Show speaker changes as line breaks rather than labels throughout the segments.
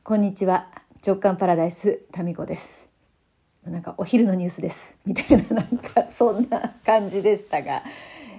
こんにちは。直感パラダイスタミコです。なんかお昼のニュースですみたいな、なんかそんな感じでしたが、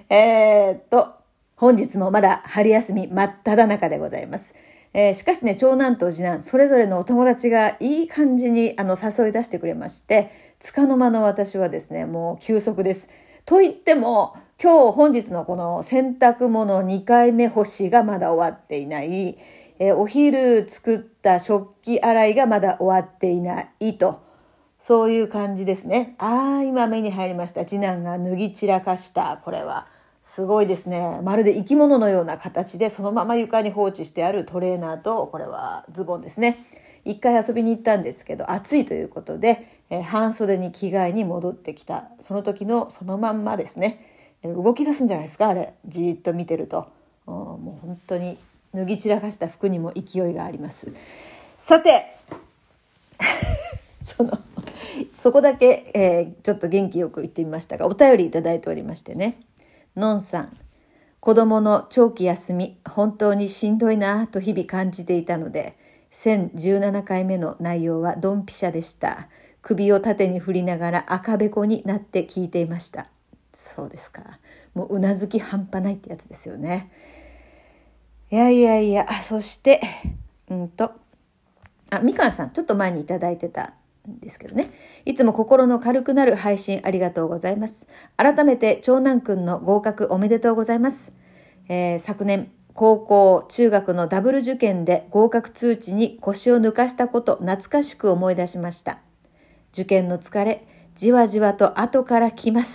本日もまだ春休み真っ只中でございます。しかしね、長男と次男それぞれのお友達がいい感じに誘い出してくれまして、束の間の私はですね、もう休息です。と言っても本日のこの洗濯物2回目干しがまだ終わっていない、お昼作った食器洗いがまだ終わっていないと、そういう感じですね。今目に入りました。次男が脱ぎ散らかした。これはすごいですね。まるで生き物のような形でそのまま床に放置してあるトレーナーと、これはズボンですね。一回遊びに行ったんですけど、暑いということで、半袖に着替えに戻ってきた。その時のそのまんまですね。動き出すんじゃないですか、あれ。じーっと見てると。もう本当に脱ぎ散らかした服にも勢いがあります。さてそこだけ、ちょっと元気よく言ってみましたが、お便りいただいておりましてね。のんさん、子供の長期休み本当にしんどいなと日々感じていたので、1017回目の内容はドンピシャでした。首を縦に振りながら赤べこになって聞いていました。そうですか。もううなずき半端ないってやつですよね。いや、そしてみかんさん、ちょっと前にいただいてたんですけどね。いつも心の軽くなる配信ありがとうございます。改めて長男くんの合格おめでとうございます。昨年高校中学のダブル受験で合格通知に腰を抜かしたこと、懐かしく思い出しました。受験の疲れじわじわと後から来ます。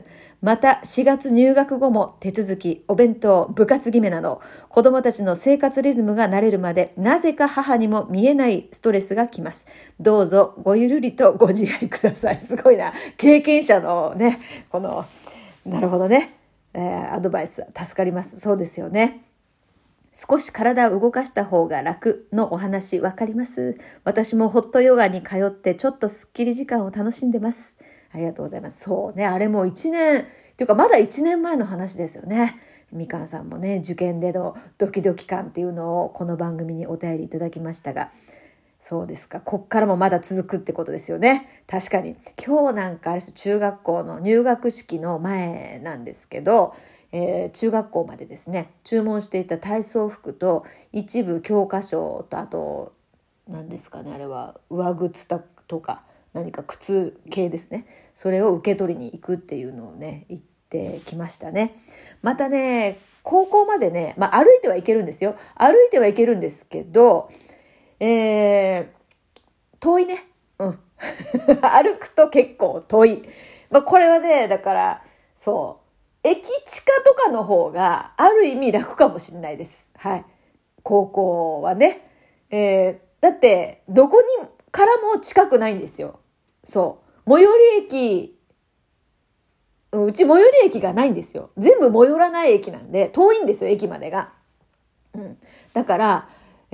また4月入学後も手続き、お弁当、部活決めなど子どもたちの生活リズムが慣れるまで、なぜか母にも見えないストレスが来ます。どうぞごゆるりとご自愛ください。すごいな、経験者のね、なるほどね、アドバイス助かります。そうですよね。少し体を動かした方が楽のお話わかります。私もホットヨガに通ってちょっとスッキリ時間を楽しんでます。ありがとうございます。そうね、あれも1年っていうかまだ1年前の話ですよね。みかんさんもね、受験でのドキドキ感っていうのをこの番組にお便りいただきましたが、そうですか。こっからもまだ続くってことですよね。確かに今日なんかあれ中学校の入学式の前なんですけど、中学校までですね、注文していた体操服と一部教科書と、あと何ですかね、あれは上靴とか何か靴系ですね、それを受け取りに行くっていうのをね、行ってきましたね。またね、高校までね、歩いてはいけるんですよ。歩いてはいけるんですけど、遠いね。歩くと結構遠い。これはね、だから駅近とかの方がある意味楽かもしれないです。はい。高校はね。だってどこにからも近くないんですよ。そう。最寄り駅、うち最寄り駅がないんですよ。全部最寄らない駅なんで遠いんですよ、駅までが。だから、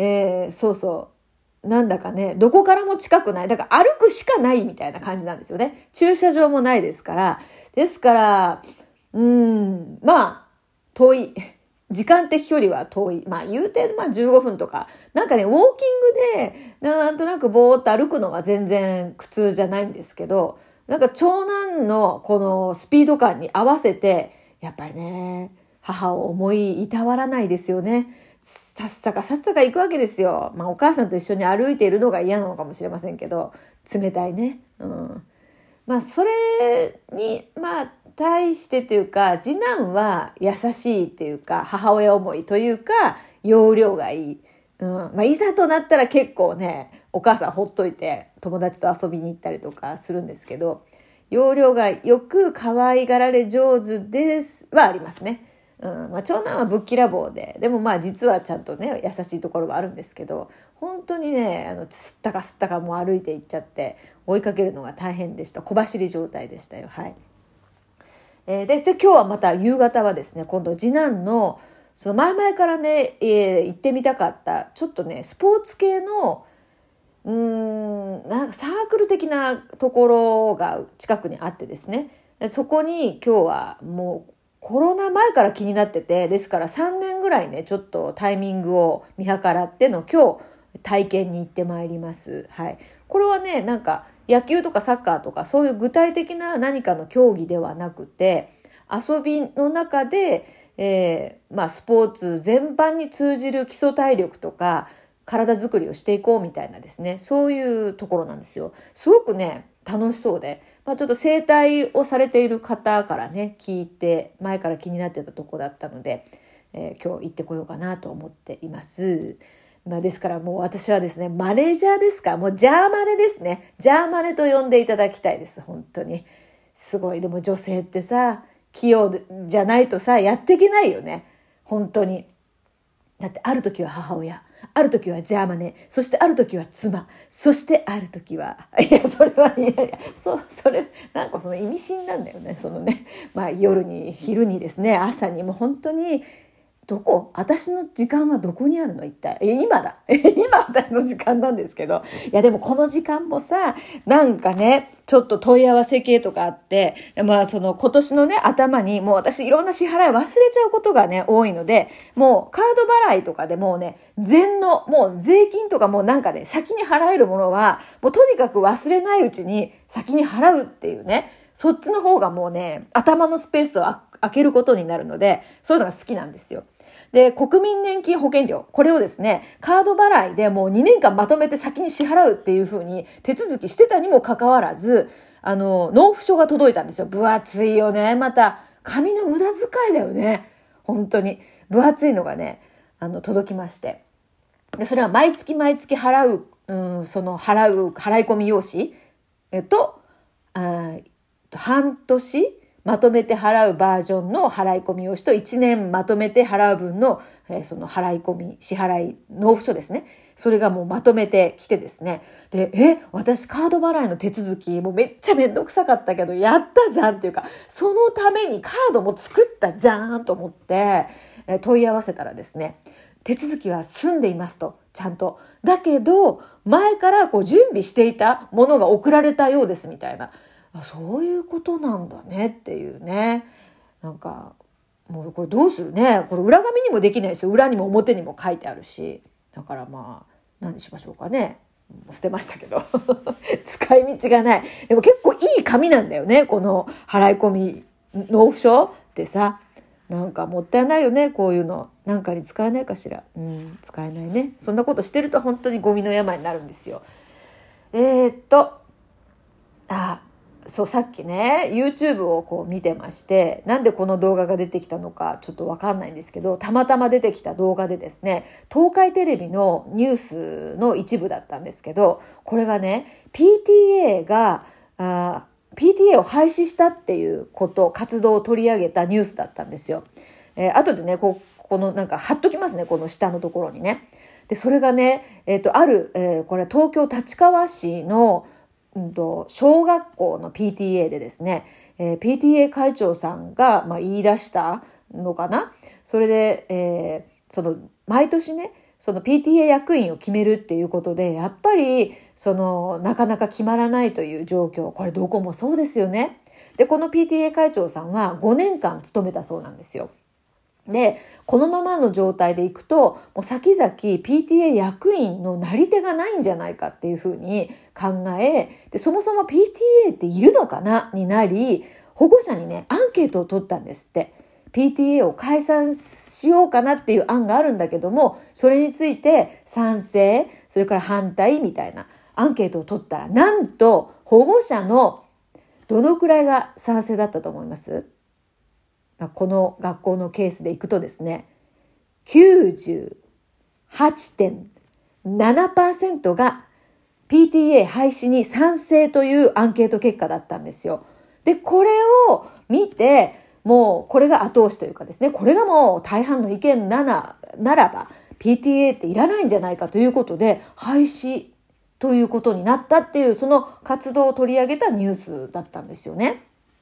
なんだかね、どこからも近くない。だから歩くしかないみたいな感じなんですよね。駐車場もないですから。ですから、遠い。時間的距離は遠い。言うて、15分とか。なんかね、ウォーキングで、なんとなくぼーっと歩くのは全然苦痛じゃないんですけど、なんか長男のこのスピード感に合わせて、やっぱりね、母を思いいたわらないですよね。さっさか行くわけですよ。お母さんと一緒に歩いているのが嫌なのかもしれませんけど、冷たいね。それに、対してというか、次男は優しいっていうか、母親思いというか、容量がいい。いざとなったら結構ね、お母さんほっといて友達と遊びに行ったりとかするんですけど、容量がよく可愛がられ上手ですはありますね。長男はぶっきらぼうでも実はちゃんとね、優しいところはあるんですけど、本当にね、すったかもう歩いて行っちゃって追いかけるのが大変でした。小走り状態でしたよ。はい。で今日はまた夕方はですね、今度次男のその前々からね、行ってみたかったちょっとね、スポーツ系のなんかサークル的なところが近くにあってですね、そこに今日はもうコロナ前から気になってて、ですから3年ぐらいね、ちょっとタイミングを見計らっての今日体験に行ってまいります。はい。これはね、なんか野球とかサッカーとかそういう具体的な何かの競技ではなくて、遊びの中で、スポーツ全般に通じる基礎体力とか体作りをしていこうみたいなですね、そういうところなんですよ。すごくね、楽しそうで、ちょっと整体をされている方からね、聞いて、前から気になってたとこだったので、今日行ってこようかなと思っています。ですからもう私はですね、マネージャーですか、もうジャーマネですね。ジャーマネと呼んでいただきたいです。本当に。すごい。でも女性ってさ、器用じゃないとさ、やっていけないよね。本当に。だってある時は母親、ある時はジャーマネ、そしてある時は妻、そしてある時は、それは、それ、なんかその意味深なんだよね。そのね、夜に、昼にですね、朝にもう本当に、私の時間はどこにあるの一体。今だ。今私の時間なんですけど。いやでもこの時間もさ、なんかね、ちょっと問い合わせ系とかあって、その今年のね、頭にもう私いろんな支払い忘れちゃうことがね、多いので、もうカード払いとかでもうね、もう税金とかもうなんかね、先に払えるものは、もうとにかく忘れないうちに先に払うっていうね、そっちの方がもうね、頭のスペースを空けることになるので、そういうのが好きなんですよ。で、国民年金保険料、これをですね、カード払いでもう2年間まとめて先に支払うっていう風に手続きしてたにもかかわらず、納付書が届いたんですよ。分厚いよね。また、紙の無駄遣いだよね。本当に。分厚いのがね、届きまして。で、それは毎月毎月払い込み用紙、半年まとめて払うバージョンの払い込み用紙と1年まとめて払う分の、その払い込み、支払い、納付書ですね。それがもうまとめてきてですね。で、私カード払いの手続きもうめっちゃめんどくさかったけど、やったじゃんっていうか、そのためにカードも作ったじゃんと思って、問い合わせたらですね、手続きは済んでいますと、ちゃんと。だけど、前から準備していたものが送られたようですみたいな。そういうことなんだねっていうね。なんか、もうこれどうするね。これ裏紙にもできないし、裏にも表にも書いてあるし。だから何しましょうかね。捨てましたけど。使い道がない。でも結構いい紙なんだよね。この払い込み納付書ってさ。なんかもったいないよね。こういうの。なんかに使えないかしら。使えないね。そんなことしてると本当にゴミの山になるんですよ。さっきね、YouTube を見てまして、なんでこの動画が出てきたのかちょっとわかんないんですけど、たまたま出てきた動画でですね、東海テレビのニュースの一部だったんですけど、これがね、PTA を廃止したっていう活動を取り上げたニュースだったんですよ。後でね、このなんか貼っときますね、この下のところにね。で、それがね、これ東京立川市の小学校の PTA でですね、PTA 会長さんが、言い出したのかな。それで、毎年ね、その PTA 役員を決めるっていうことで、やっぱり、なかなか決まらないという状況。これどこもそうですよね。で、この PTA 会長さんは5年間務めたそうなんですよ。で、このままの状態でいくと、もう先々 PTA 役員のなり手がないんじゃないかっていうふうに考え、で、そもそも PTA っているのかなになり、保護者にね、アンケートを取ったんですって。PTA を解散しようかなっていう案があるんだけども、それについて賛成、それから反対みたいなアンケートを取ったら、なんと保護者のどのくらいが賛成だったと思います？この学校のケースでいくとですね、98.7% が PTA 廃止に賛成というアンケート結果だったんですよ。で、これを見て、もうこれが後押しというかですね、これがもう大半の意見ならば PTA っていらないんじゃないかということで、廃止ということになったっていう、その活動を取り上げたニュースだったんですよね。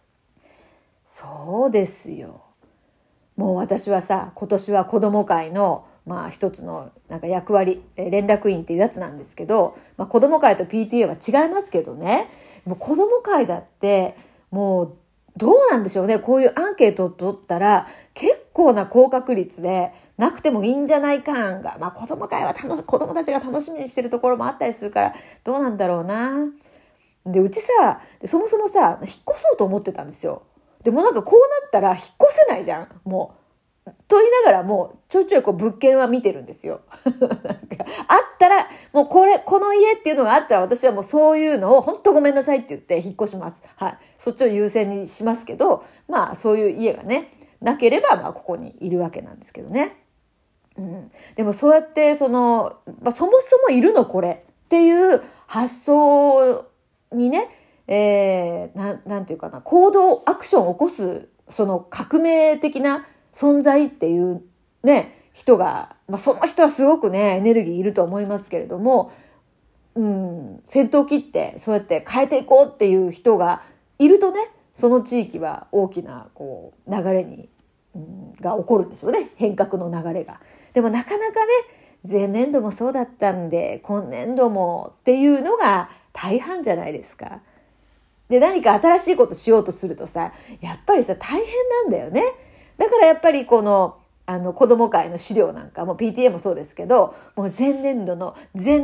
そうですよ。もう私はさ、今年は子ども会の一つのなんか役割、連絡員っていうやつなんですけど、子ども会と PTA は違いますけどね、もう子ども会だってもうどうなんでしょうね。こういうアンケートを取ったら結構な高確率でなくてもいいんじゃない感が、まあ子供会は子供たちが楽しみにしてるところもあったりするからどうなんだろうな。で、うちさ、そもそもさ、引っ越そうと思ってたんですよ。でもなんかこうなったら引っ越せないじゃん。もう。と言いながらもちょいちょいこう物件は見てるんですよ。なんかあったら、もうこの家っていうのがあったら私はもうそういうのを本当ごめんなさいって言って引っ越します。はい。そっちを優先にしますけど、まあそういう家がね、なければまあここにいるわけなんですけどね。うん。でもそうやってそもそもいるのこれっていう発想にね、なんていうかな、アクションを起こす、その革命的な存在っていうね、人が、その人はすごくね、エネルギーいると思いますけれども、先頭切ってそうやって変えていこうっていう人がいるとね、その地域は大きなこう流れに、が起こるんですよね。変革の流れが。でもなかなかね、前年度もそうだったんで、今年度もっていうのが大半じゃないですか。で、何か新しいことしようとするとさ、やっぱりさ、大変なんだよね。だからやっぱりこの、子供会の資料なんかも PTA もそうですけど、もう前年度の前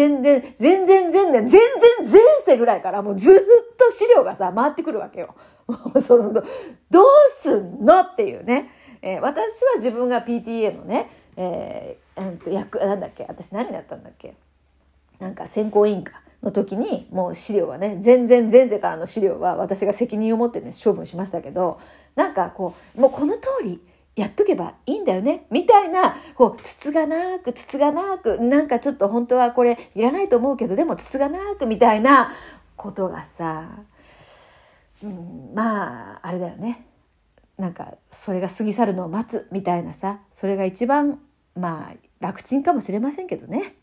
世ぐらいからもうずっと資料がさ、回ってくるわけよ。もうどうすんのっていうね。私は自分が PTA のね、なんだっけ、私何だったんだっけ。なんか選考委員か。の時にもう資料はね、前世からの資料は私が責任を持ってね、処分しましたけど、なんかこう、もうこの通りやっとけばいいんだよね、みたいな、こう、つつがなく、なんかちょっと本当はこれいらないと思うけど、でもつつがなくみたいなことがさ、まあ、あれだよね。なんか、それが過ぎ去るのを待つみたいなさ、それが一番、まあ、楽ちんかもしれませんけどね。